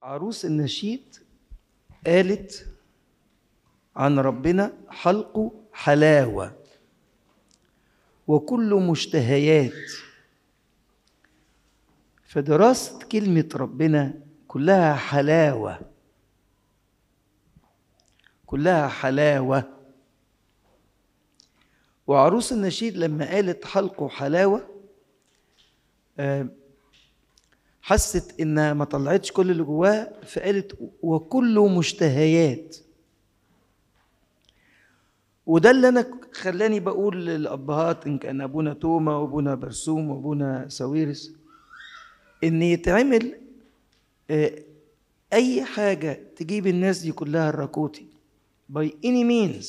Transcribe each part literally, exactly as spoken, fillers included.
عروس النشيد قالت عن ربنا حلقه حلاوة وكل مشتهيات. فدراسة كلمة ربنا كلها حلاوة، كلها حلاوة. وعروس النشيد لما قالت حلقه حلاوة حست إنها ما طلعتش كل اللي جواها، فقالت وكل مشتهيات. وده اللي أنا خلاني بقول للأبهات إن كان أبونا توما وأبونا برسوم وأبونا ساويرس إن يتعمل أي حاجة تجيب الناس دي كلها الراكوتي by any means،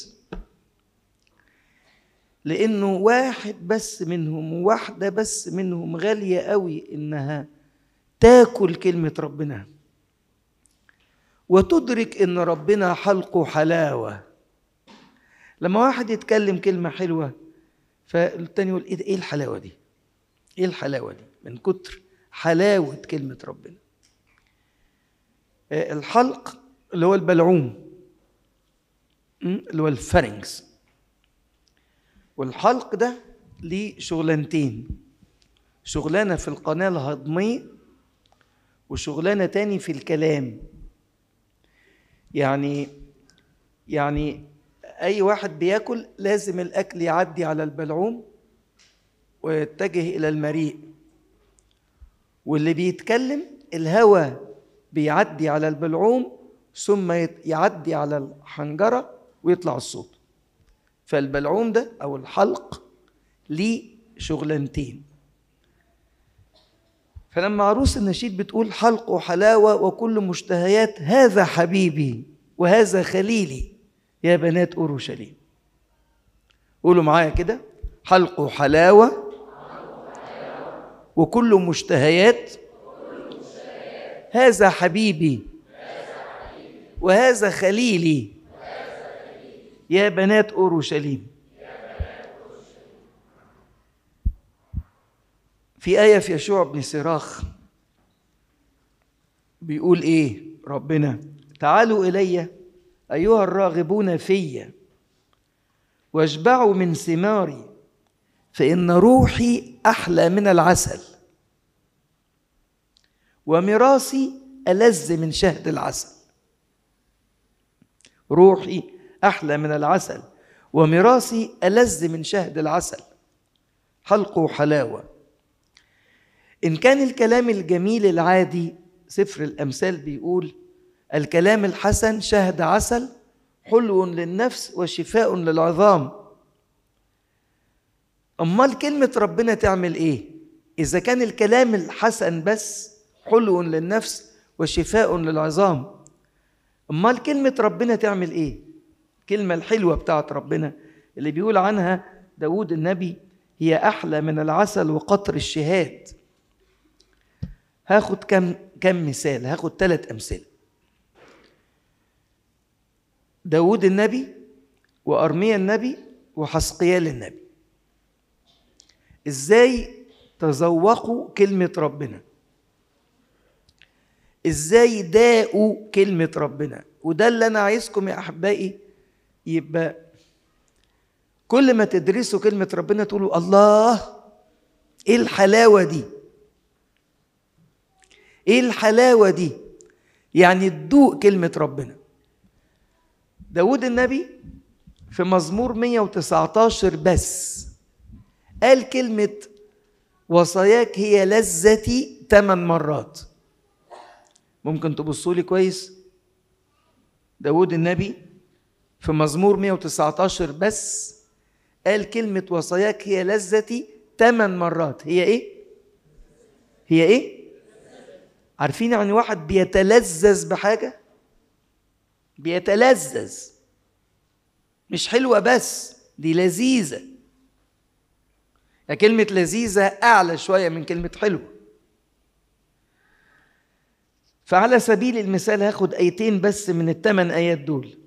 لأنه واحد بس منهم وواحدة بس منهم غالية قوي إنها تاكل كلمة ربنا وتدرك إن ربنا حلقه حلاوة. لما واحد يتكلم كلمة حلوة فالتاني يقول إيه الحلاوة دي؟ إيه الحلاوة دي؟ من كتر حلاوة كلمة ربنا. الحلق اللي هو البلعوم اللي هو الفارنكس، والحلق ده ليه شغلانتين، شغلانة في القناة الهضمية وشغلانة تاني في الكلام. يعني يعني أي واحد بياكل لازم الأكل يعدي على البلعوم ويتجه إلى المريء، واللي بيتكلم الهواء بيعدي على البلعوم ثم يعدي على الحنجرة ويطلع الصوت. فالبلعوم ده أو الحلق ليه شغلانتين. فلما عروس النشيد بتقول حلقه حلاوة وكل مشتهيات، هذا حبيبي وهذا خليلي يا بنات أورشليم. قولوا معايا كده، حلقه حلاوة وكل مشتهيات، هذا حبيبي وهذا خليلي يا بنات أورشليم. في آية في يشوع بن سراخ بيقول إيه ربنا؟ تعالوا إلي أيها الراغبون في واشبعوا من ثماري فإن روحي أحلى من العسل وميراثي ألذ من شهد العسل. روحي أحلى من العسل وميراثي ألذ من شهد العسل. حلقه حلاوة. إن كان الكلام الجميل العادي، سفر الأمثال بيقول الكلام الحسن شهد عسل حلو للنفس وشفاء للعظام. أمال كلمة ربنا تعمل إيه؟ إذا كان الكلام الحسن بس حلو للنفس وشفاء للعظام، أمال كلمة ربنا تعمل إيه؟ الكلمة الحلوة بتاعت ربنا اللي بيقول عنها داود النبي هي أحلى من العسل وقطر الشهاد. هاخد كم كم مثال، هاخد ثلاث أمثلة. داود النبي وأرميا النبي وحسقيال النبي إزاي تذوقوا كلمة ربنا، إزاي داقوا كلمة ربنا. وده اللي أنا عايزكم يا أحبائي، يبقى كل ما تدرسوا كلمة ربنا تقولوا الله إيه الحلاوة دي، إيه الحلاوة دي، يعني تدوق كلمة ربنا. داود النبي في مزمور مية وتسعة عشر بس قال كلمة وصاياك هي لذتي ثمان مرات. ممكن تبصوا لي كويس؟ داود النبي في مزمور مية وتسعة عشر بس قال كلمة وصاياك هي لذتي ثمان مرات. هي إيه؟ هي إيه؟ عارفين يعني واحد بيتلذذ بحاجة؟ بيتلذذ، مش حلوة بس، دي لذيذة. يعني كلمة لذيذة أعلى شوية من كلمة حلوة. فعلى سبيل المثال هاخد آيتين بس من الثمان آيات دول.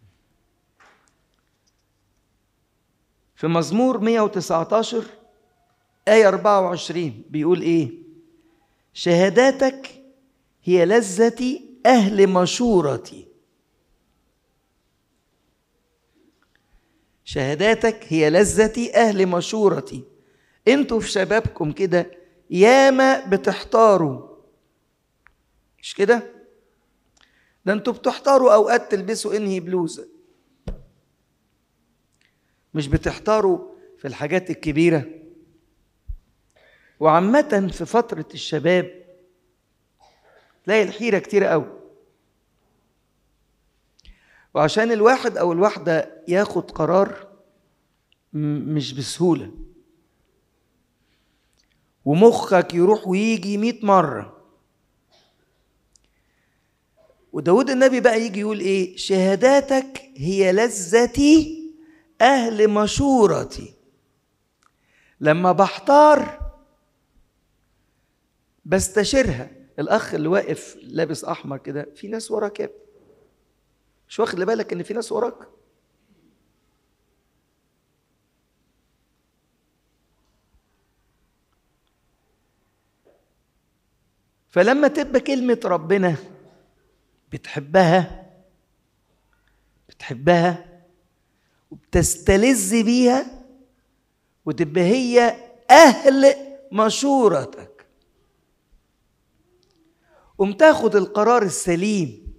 في مزمور مية وتسعة عشر آية أربعة وعشرين بيقول إيه؟ شهاداتك هي لذتي أهل مشورتي. شهاداتك هي لذتي أهل مشورتي. انتوا في شبابكم كده ياما بتحتاروا، مش كده؟ ده انتوا بتحتاروا أوقات تلبسوا انهي بلوزة، مش بتحتاروا في الحاجات الكبيرة. وعامة في فترة الشباب تلاقي الحيرة كتيرة قوي، وعشان الواحد أو الواحدة ياخد قرار مش بسهولة، ومخك يروح ويجي مئة مرة. وداود النبي بقى يجي يقول ايه؟ شهاداتك هي لذتي أهل مشورتي. لما بحتار بستشيرها. الأخ اللي واقف لابس أحمر كده، في ناس وراه كده، مش واخد بالك إن في ناس وراك؟ فلما تبقى كلمة ربنا بتحبها بتحبها وبتستلذ بيها، وتبقى هي أهل مشورتك، ومتاخد القرار السليم.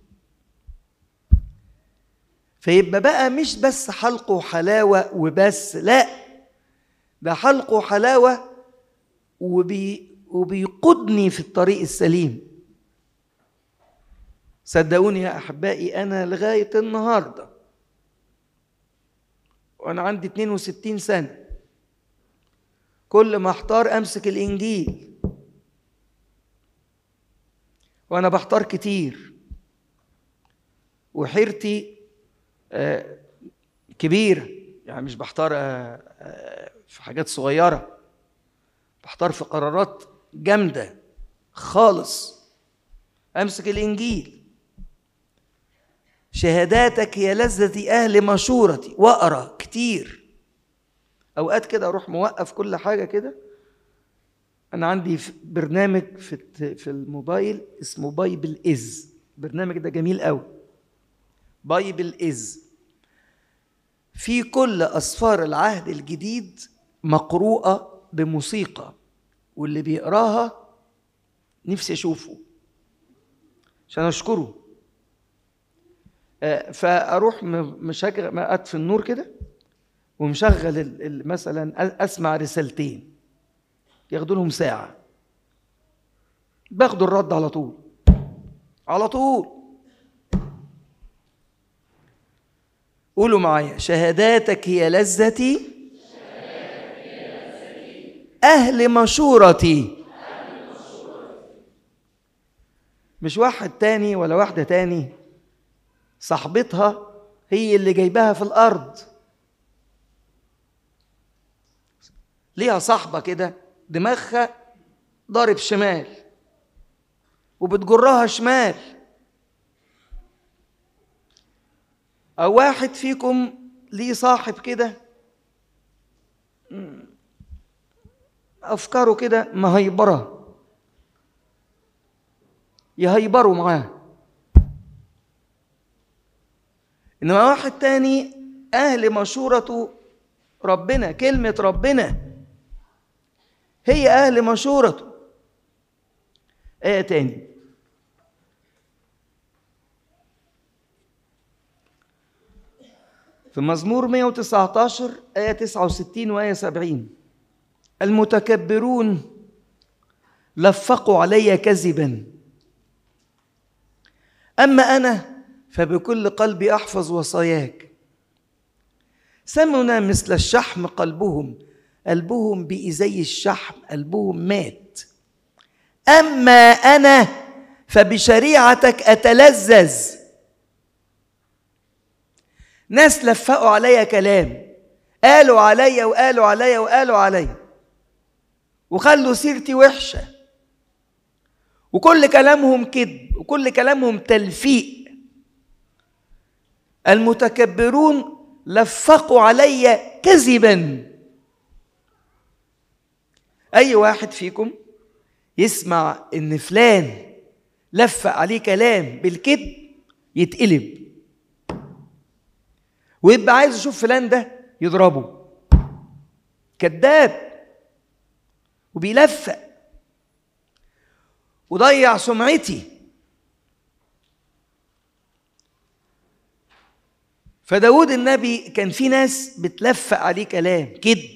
فيبقى بقى مش بس حلق وحلاوة وبس، لا، ده حلق وحلاوة وبي وبيقودني في الطريق السليم. صدقوني يا أحبائي، أنا لغاية النهاردة وأنا عندي اثنين وستين سنة كل ما احتار أمسك الإنجيل، وأنا بحتار كتير وحيرتي كبيرة، يعني مش بحتار في حاجات صغيرة، بحتار في قرارات جامدة خالص. أمسك الإنجيل، شهاداتك هي لذتي أهل مشورتي، وأقرأ كتير. أوقات كده أروح موقف كل حاجة كده. أنا عندي برنامج في في الموبايل اسمه بايبل إز. البرنامج ده جميل قوي. بايبل إز في كل أسفار العهد الجديد مقروءة بموسيقى، واللي بيقراها نفسي أشوفه عشان أشكره. فأروح مشغل أطفي النور كده ومشغل مثلا أسمع رسالتين ياخدوا لهم ساعة، باخدوا الرد على طول على طول. قولوا معايا: شهاداتك هي لذتي أهل مشورتي. مش واحد تاني ولا واحدة تاني صاحبتها هي اللي جايبها في الأرض. ليها صاحبة كده دماغها ضارب شمال وبتجرها شمال. أو واحد فيكم ليه صاحب كده أفكاره كده مهيبرة، يهيبروا معاه. إنما واحد تاني أهل مشورته ربنا، كلمة ربنا هي أهل مشورته. آية تاني، في مزمور مئة وتسعة عشر آية تسعة وستين وآية سبعين: المتكبرون لفقوا علي كذبا، أما أنا فبكل قلبي أحفظ وصاياك. سمنا مثل الشحم قلبهم، قلبهم بقي زي الشحم، قلبهم مات. أما أنا فبشريعتك أتلذذ. ناس لفقوا عليا كلام، قالوا عليا وقالوا عليا وقالوا عليا وخلوا سيرتي وحشة، وكل كلامهم كذب وكل كلامهم تلفيق. المتكبرون لفقوا علي كذبا. أي واحد فيكم يسمع إن فلان لفق عليه كلام بالكذب يتقلب، ويبقى عايز يشوف فلان ده يضربه. كذاب وبيلفق وضيع سمعتي. فداود النبي كان في ناس بتلفق عليه كلام كذب،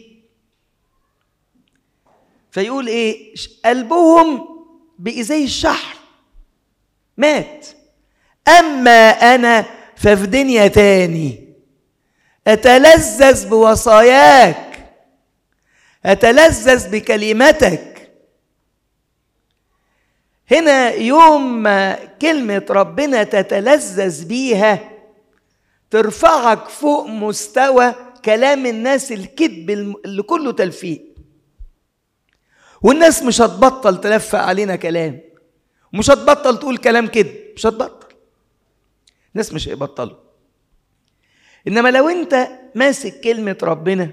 فيقول ايه؟ قلبهم بقي زي الشحم مات، اما انا ففي دنيا تاني اتلذذ بوصاياك، اتلذذ بكلمتك. هنا يوم ما كلمة ربنا تتلذذ بيها ترفعك فوق مستوى كلام الناس الكذب اللي كله تلفيق. والناس مش هتبطل تلفق علينا كلام، ومش هتبطل تقول كلام كذب، مش هتبطل، الناس مش هيبطلوا. انما لو انت ماسك كلمة ربنا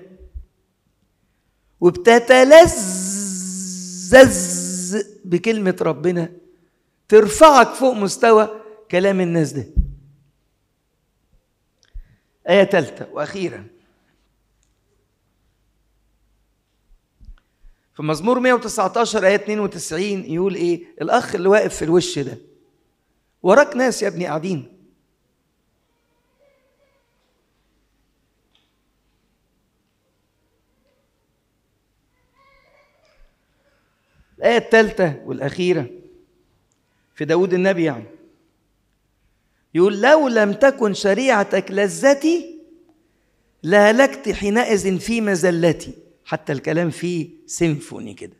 وبتتلذذ بكلمة ربنا ترفعك فوق مستوى كلام الناس ده. آية ثالثة وأخيرا في مزمور مئة وتسعة عشر آية اثنين وتسعين يقول إيه؟ الأخ اللي واقف في الوش ده، وراك ناس يا ابني قاعدين، الآية الثالثة والأخيرة في داود النبي يعني يقول لو لم تكن شريعتك لذتي لهلكت حينئذ في مزلتي. حتى الكلام فيه سيمفوني كده.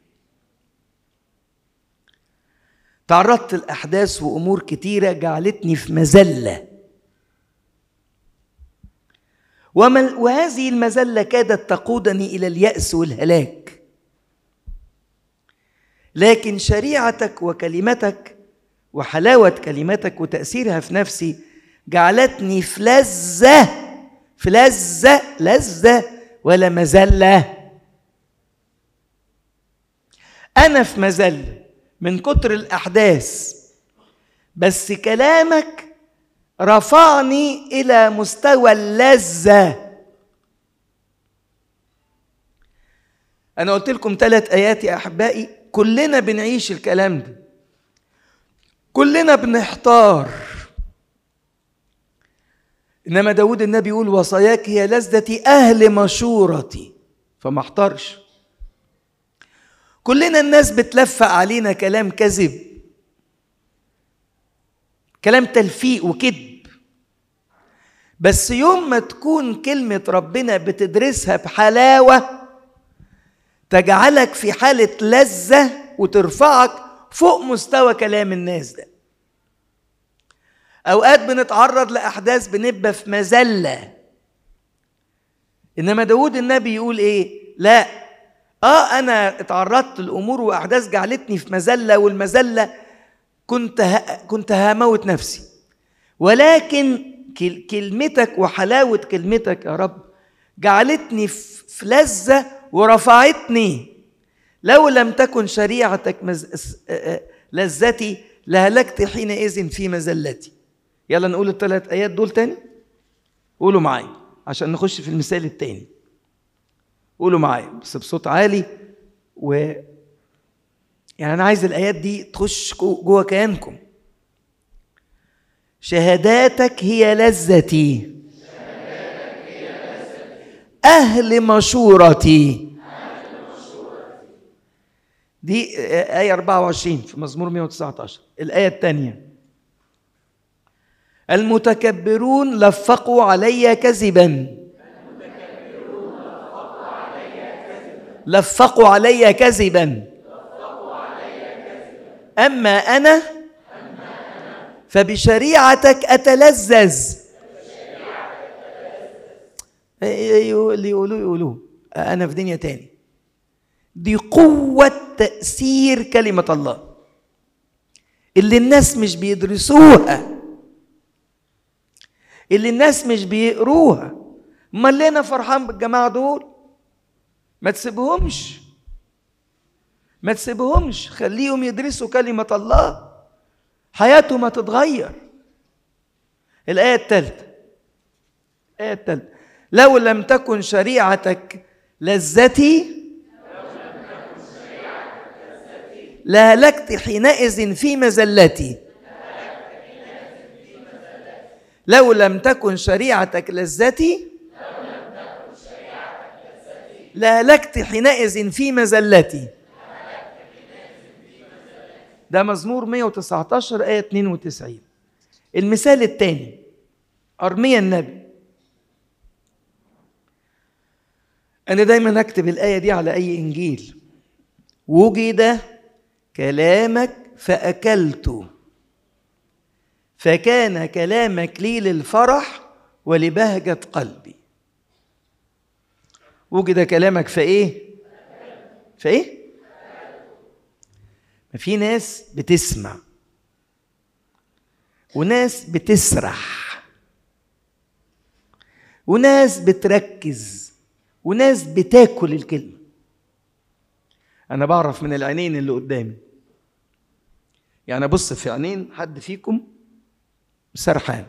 تعرضت لأحداث وأمور كتيرة جعلتني في مزلة، وهذه المزلة كادت تقودني إلى اليأس والهلاك، لكن شريعتك وكلمتك وحلاوة كلمتك وتأثيرها في نفسي جعلتني في لذة، في لذة لذة ولا مزلة. أنا في مزلة من كتر الأحداث، بس كلامك رفعني إلى مستوى اللذة. أنا قلت لكم ثلاث آيات يا أحبائي، كلنا بنعيش الكلام ده، كلنا بنحتار، إنما داود النبي يقول وصاياك هي لذتي أهل مشورتي، فما احترش. كلنا الناس بتلفق علينا كلام كذب، كلام تلفيق وكذب، بس يوم ما تكون كلمة ربنا بتدرسها بحلاوة تجعلك في حالة لذة وترفعك فوق مستوى كلام الناس ده. أوقات بنتعرض لأحداث بنبقى في مزلة، إنما داود النبي يقول إيه؟ لا، آه أنا اتعرضت لأمور وأحداث جعلتني في مزلة، والمزلة كنت ه... كنت هموت نفسي، ولكن كلمتك وحلاوة كلمتك يا رب جعلتني في لذة ورفعتني. لو لم تكن شريعتك مز... لذتي لهلكت حينئذ في مزلتي. يلا نقول الثلاث آيات دول تاني، قولوا معايا عشان نخش في المثال التاني. قولوا معايا بس بصوت عالي، و يعني أنا عايز الآيات دي تخش جوه كيانكم. شهاداتك هي لذتي أهل مشورتي. دي آية أربعة وعشرين في مزمور مئة وتسعة عشر. الآية الثانية المتكبرون لفقوا علي كذبا، لفقوا علي كذبا، أما أنا فبشريعتك أتلذذ. اللي يقولوا يقولوا أنا في دنيا تاني. دي قوة تأثير كلمة الله اللي الناس مش بيدرسوها، اللي الناس مش بيقروها. امال ليه انا فرحان بالجماعة دول؟ ما تسيبهمش، ما تسيبهمش، خليهم يدرسوا كلمة الله. حياته ما تتغير. الآية الثالثة الآية الثالثة لو لم تكن شريعتك لذتي لهلكت حينئذ في مزلتي. لو لم تكن شريعتك لذتي لهلكت حينئذ في مزلتي. ده مزمور مئة وتسعة عشر آية اثنين وتسعين. المثال الثاني أرميا النبي. أنا دايما أكتب الآية دي على أي إنجيل. وجد كلامك فأكلت فكان كلامك لي للفرح ولبهجة قلبي. وجد كلامك فإيه؟ فإيه؟ ما في ناس بتسمع وناس بتسرح وناس بتركز وناس بتاكل الكلمة. أنا بعرف من العينين اللي قدامي، يعني أبص في عينين حد فيكم سرحان،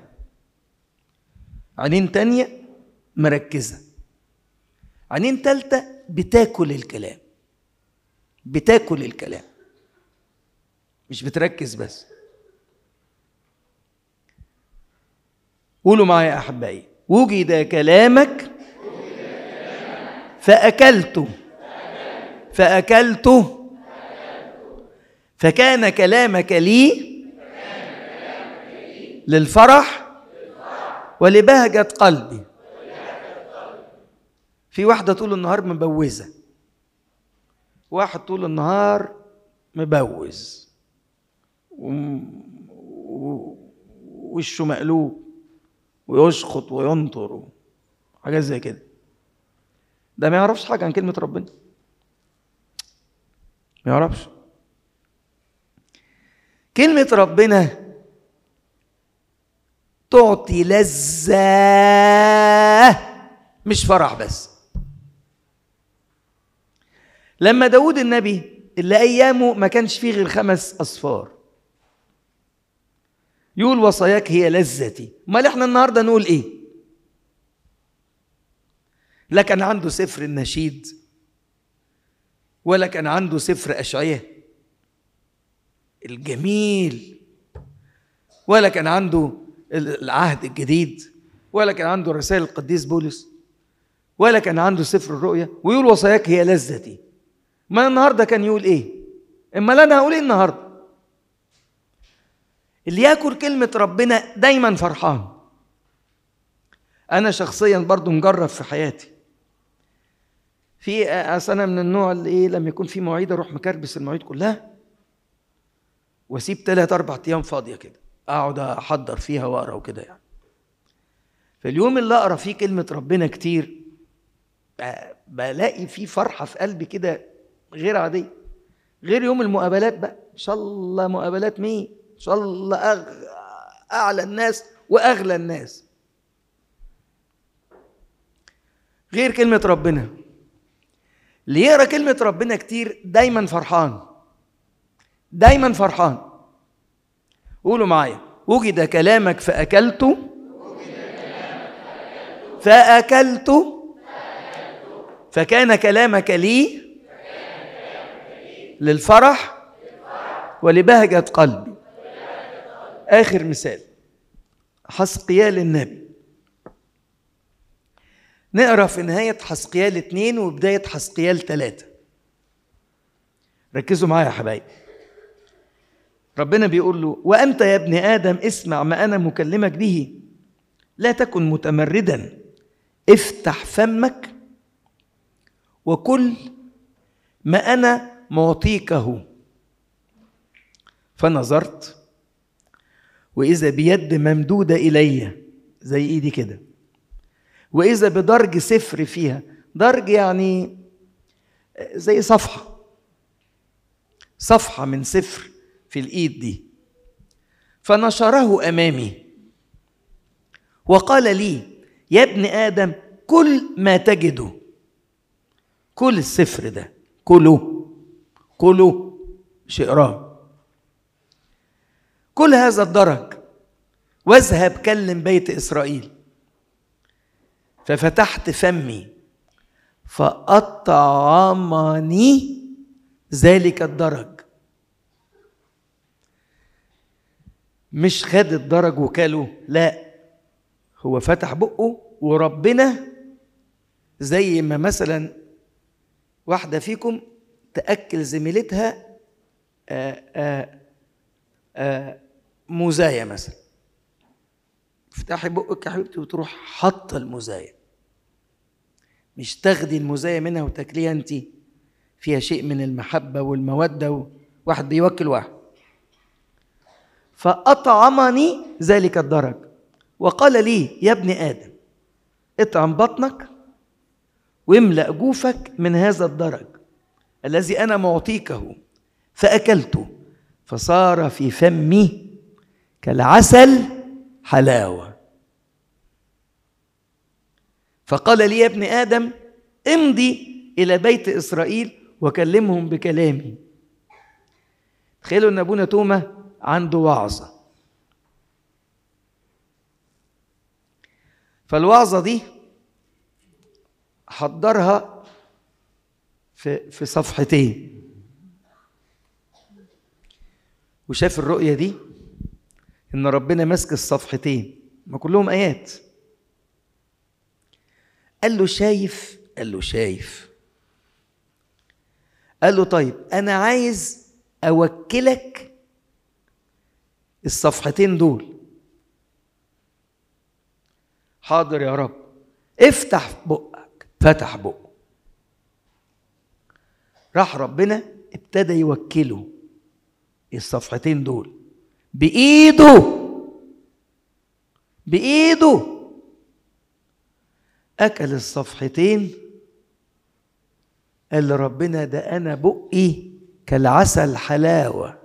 عينين تانية مركزة، عينين تالتة بتاكل الكلام بتاكل الكلام مش بتركز بس. قولوا معايا يا أحبائي. وجد كلامك فأكلت فأكلت فكان كلامك لي للفرح ولبهجة قلبي. في واحدة طول النهار مبوزة، واحد طول النهار مبوز ووشه مقلوب ويشخط وينطر حاجات زي كده. ده ما يعرفش حاجة عن كلمة ربنا، ما يعرفش. كلمة ربنا تعطي لذة مش فرح بس. لما داود النبي اللي أيامه ما كانش فيه غير خمس أصفار يقول وصاياك هي لذتي، امال احنا النهارده نقول ايه؟ لا كان عنده سفر النشيد ولا كان عنده سفر أشعية الجميل ولا كان عنده العهد الجديد ولا كان عنده رسائل القديس بولس ولا كان عنده سفر الرؤيا ويقول وصاياك هي لذتي. ما النهارده كان يقول ايه؟ اما انا هقول ايه النهارده؟ اللي ياكل كلمة ربنا دايما فرحان. انا شخصيا برضو مجرب في حياتي. في انا من النوع اللي ايه لما يكون في مواعيد اروح مكربس المواعيد كلها واسيب ثلاث اربع ايام فاضيه كده اقعد احضر فيها واقرا وكده يعني. فاليوم اللي اقرا فيه كلمه ربنا كتير بلاقي فيه فرحه في قلبي كده غير عاديه، غير يوم المقابلات بقى. ان شاء الله مقابلات مين؟ ان شاء الله أغ... اعلى الناس واغلى الناس. غير كلمه ربنا. اللي يقرا كلمه ربنا كتير دايما فرحان دايما فرحان. قولوا معايا. وجد كلامك فأكلت فأكلت فكان كلامك لي للفرح ولبهجة قلبي. آخر مثال حسقيال النبي. نقرأ في نهاية حسقيال اثنين وبداية حسقيال ثلاثة. ركزوا معايا يا حبايبي. ربنا بيقول له وأنت يا ابن آدم اسمع ما أنا مكلمك به، لا تكن متمردا، افتح فمك وكل ما أنا معطيكه. فنظرت وإذا بيد ممدودة إلي زي إيدي كده، وإذا بدرج سفر فيها. درج يعني زي صفحة صفحة من سفر في الإيد دي. فنشره أمامي وقال لي يا ابن آدم كل ما تجده. كل السفر ده كله كله مش اقراه. كل هذا الدرج واذهب كلم بيت إسرائيل. ففتحت فمي فأطعمني ذلك الدرج. مش خد الدرج وكاله، لا، هو فتح بقه وربنا، زي ما مثلا واحدة فيكم تأكل زميلتها آآ آآ آآ موزاية مثلا، افتحي بقك يا حبيبتي وتروح حاطة الموزاية، مش تاخدي الموزاية منها وتاكليها انت، فيها شيء من المحبة والمودة، واحد بيوكل واحد. فأطعمني ذلك الدرج وقال لي يا ابن آدم اطعم بطنك واملأ جوفك من هذا الدرج الذي أنا معطيكه. فأكلته فصار في فمي كالعسل حلاوة. فقال لي يا ابن آدم امضي إلى بيت إسرائيل وكلمهم بكلامي. تخيلوا أن أبونا توما عنده وعظة، فالوعظة دي حضرها في في صفحتين، وشاف الرؤية دي إن ربنا ماسك الصفحتين ما كلهم آيات. قال له شايف؟ قال له شايف. قال له طيب أنا عايز أوكلك الصفحتين دول. حاضر يا رب. افتح بقك. فتح بقه. راح ربنا ابتدى يوكله الصفحتين دول بإيده بإيده أكل الصفحتين. قال لربنا ده أنا بقي كالعسل حلاوة.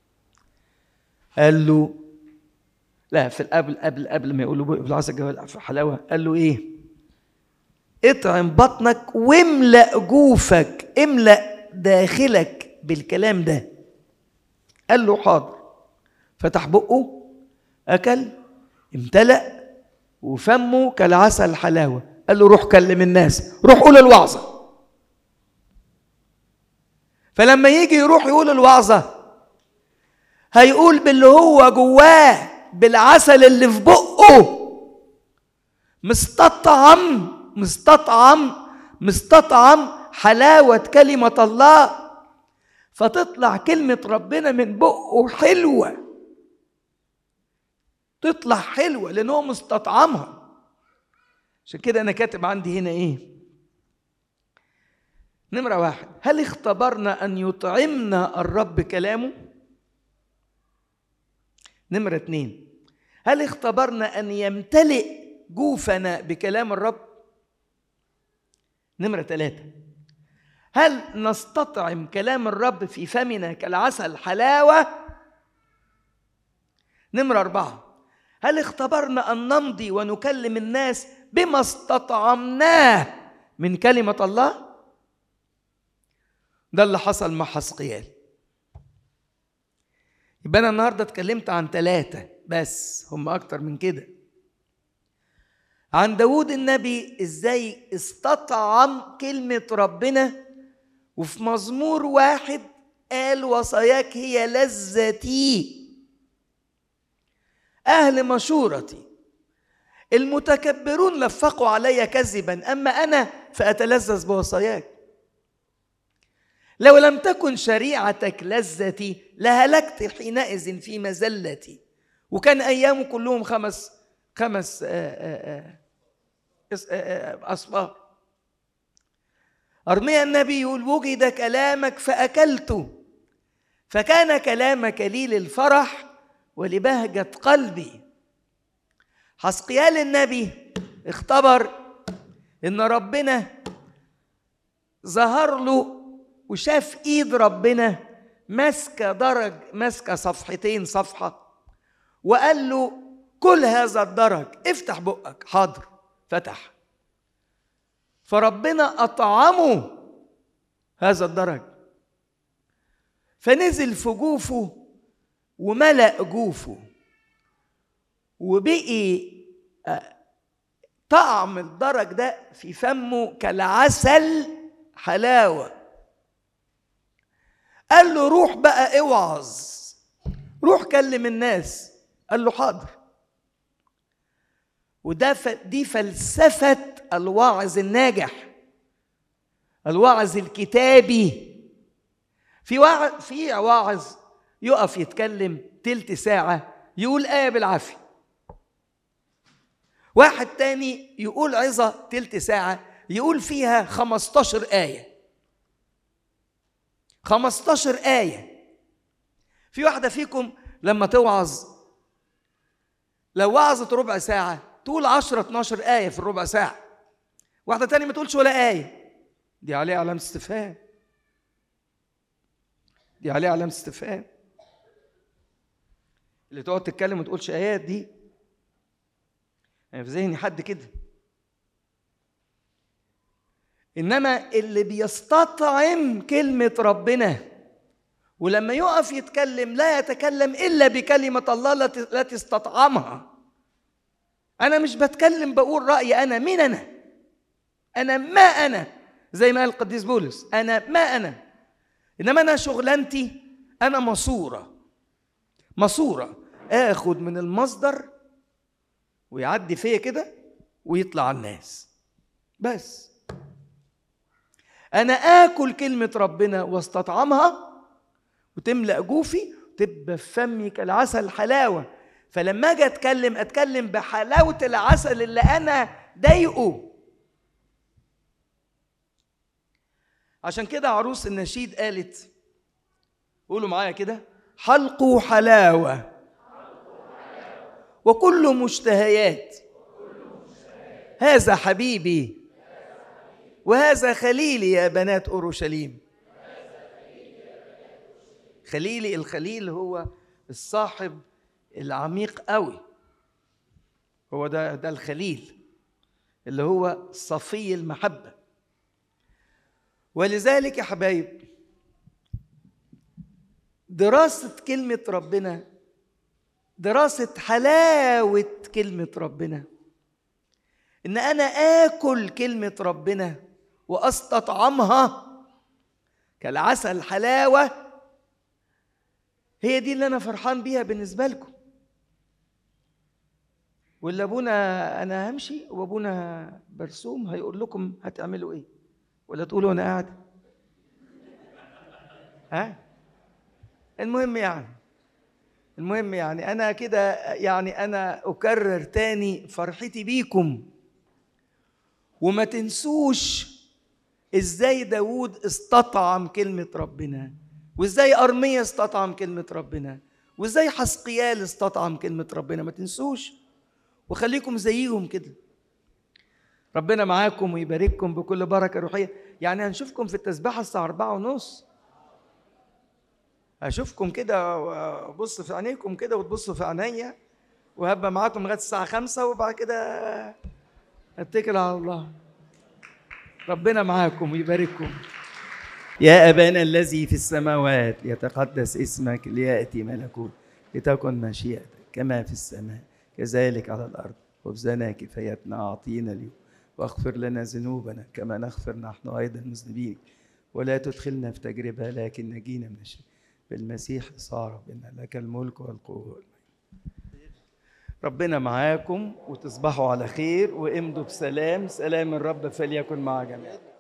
قال له لا، في القبل قبل قبل ما يقولوا بقي بالعسل حلاوة، قال له إيه؟ اطعم بطنك واملأ جوفك، املأ داخلك بالكلام ده. قال له حاضر. فتح بقه أكل امتلأ وفمه كالعسل حلاوة. قال له روح كلم الناس، روح قول الوعظة. فلما يجي يروح يقول الوعظة هيقول باللي هو جواه، بالعسل اللي في بقه، مستطعم مستطعم مستطعم حلاوة كلمة الله، فتطلع كلمة ربنا من بقه حلوة، تطلع حلوة لأنه مستطعمها. عشان كده أنا كاتب عندي هنا إيه؟ نمرة واحد، هل اختبرنا أن يطعمنا الرب كلامه؟ نمرة اتنين، هل اختبرنا أن يمتلئ جوفنا بكلام الرب؟ نمرة ثلاثة، هل نستطعم كلام الرب في فمنا كالعسل حلاوة؟ نمرة أربعة، هل اختبرنا أن نمضي ونكلم الناس بما استطعمناه من كلمة الله؟ ده اللي حصل مع حسقيال. يبقى أنا النهاردة اتكلمت عن ثلاثة بس، هم أكتر من كده. عن داود النبي إزاي استطعم كلمة ربنا، وفي مزمور واحد قال وصاياك هي لذتي، أهل مشورتي المتكبرون لفقوا علي كذبا، أما أنا فأتلذذ بوصاياك. لو لم تكن شريعتك لذتي لهلكت حينئذ في مزلتي. وكان أيامه كلهم خمس خمس أصفار. أرميا النبي يقول وجد كلامك فأكلته، فكان كلامك لي للفرح ولبهجة قلبي. حسقيال النبي اختبر إن ربنا ظهر له وشاف إيد ربنا ماسكة درج، ماسكة صفحتين صفحة، وقال له كل هذا الدرج، افتح بقك. حاضر. فتح. فربنا أطعمه هذا الدرج، فنزل في جوفه وملأ جوفه وبقي طعم الدرج ده في فمه كالعسل حلاوة. قال له روح بقى اوعظ، روح كلم الناس. قال له حاضر. وده ف... دي فلسفة الواعظ الناجح، الواعظ الكتابي. في واعظ في واعظ يقف يتكلم تلت ساعة يقول آية بالعافية. واحد تاني يقول عظة تلت ساعة يقول فيها خمستاشر آية، خمستاشر آية. في واحدة فيكم لما توعظ لو وعظت ربع ساعة تقول عشرة اتناشر آية في الربع ساعة. واحدة تانية ما تقولش ولا آية. دي عليها علامة استفهام، دي عليها علامة استفهام. اللي تقعد تتكلم وما تقولش آيات دي يعني في ذهني حد كده. إنما اللي بيستطعم كلمة ربنا ولما يقف يتكلم لا يتكلم إلا بكلمة الله التي استطعمها. أنا مش بتكلم بقول رأيي، أنا مين أنا؟ أنا ما أنا، زي ما قال القديس بولس أنا ما أنا. إنما أنا شغلانتي أنا ماسورة، ماسورة آخد من المصدر ويعدي فيا كده ويطلع على الناس. بس أنا آكل كلمة ربنا واستطعمها وتملأ جوفي وتبقى في فمي كالعسل حلاوة. فلما أجي أتكلم أتكلم بحلاوة العسل اللي أنا ضايقه. عشان كده عروس النشيد قالت، قولوا معايا كده، حلقه حلاوة وكل مشتهيات، هذا حبيبي وهذا خليلي يا بنات أورشليم. خليلي، الخليل هو الصاحب العميق قوي، هو ده ده الخليل اللي هو صفي المحبة. ولذلك يا حبايب دراسة كلمة ربنا، دراسة حلاوة كلمة ربنا، إن أنا آكل كلمة ربنا وأستطعمها كالعسل حلاوة، هي دي اللي أنا فرحان بيها بالنسبة لكم. واللي أبونا أنا همشي وأبونا برسوم هيقول لكم هتعملوا إيه، ولا تقولوا أنا قاعد؟ ها؟ المهم يعني المهم يعني أنا كده يعني أنا أكرر تاني فرحتي بيكم. وما تنسوش إزاي داود استطعم كلمة ربنا، وإزاي أرميا استطعم كلمة ربنا، وإزاي حسقيال استطعم كلمة ربنا. ما تنسوش وخليكم زيهم كده. ربنا معاكم ويبارككم بكل بركة روحية. يعني هنشوفكم في التسبيحة الساعة أربعة ونص، هشوفكم كده وابص في عينيكم كده وتبصوا في عينيا، وهبقى معاكم لغايه الساعه خمسة وبعد كده اتكل على الله. ربنا معاكم ويبارككم. يا أبانا الذي في السماوات ليتقدس اسمك، ليأتي ملكوت، لتكن مشيئتك كما في السماء كذلك على الأرض. خبزنا كفايتنا أعطينا اليوم، واغفر لنا ذنوبنا كما نغفر نحن أيضا المذنبين، ولا تدخلنا في تجربة لكن نجينا من الشر. بالمسيح صار بنا لك الملك والقوة. ربنا معاكم وتصبحوا على خير وامضوا بسلام. سلام الرب فليكن مع جميعكم.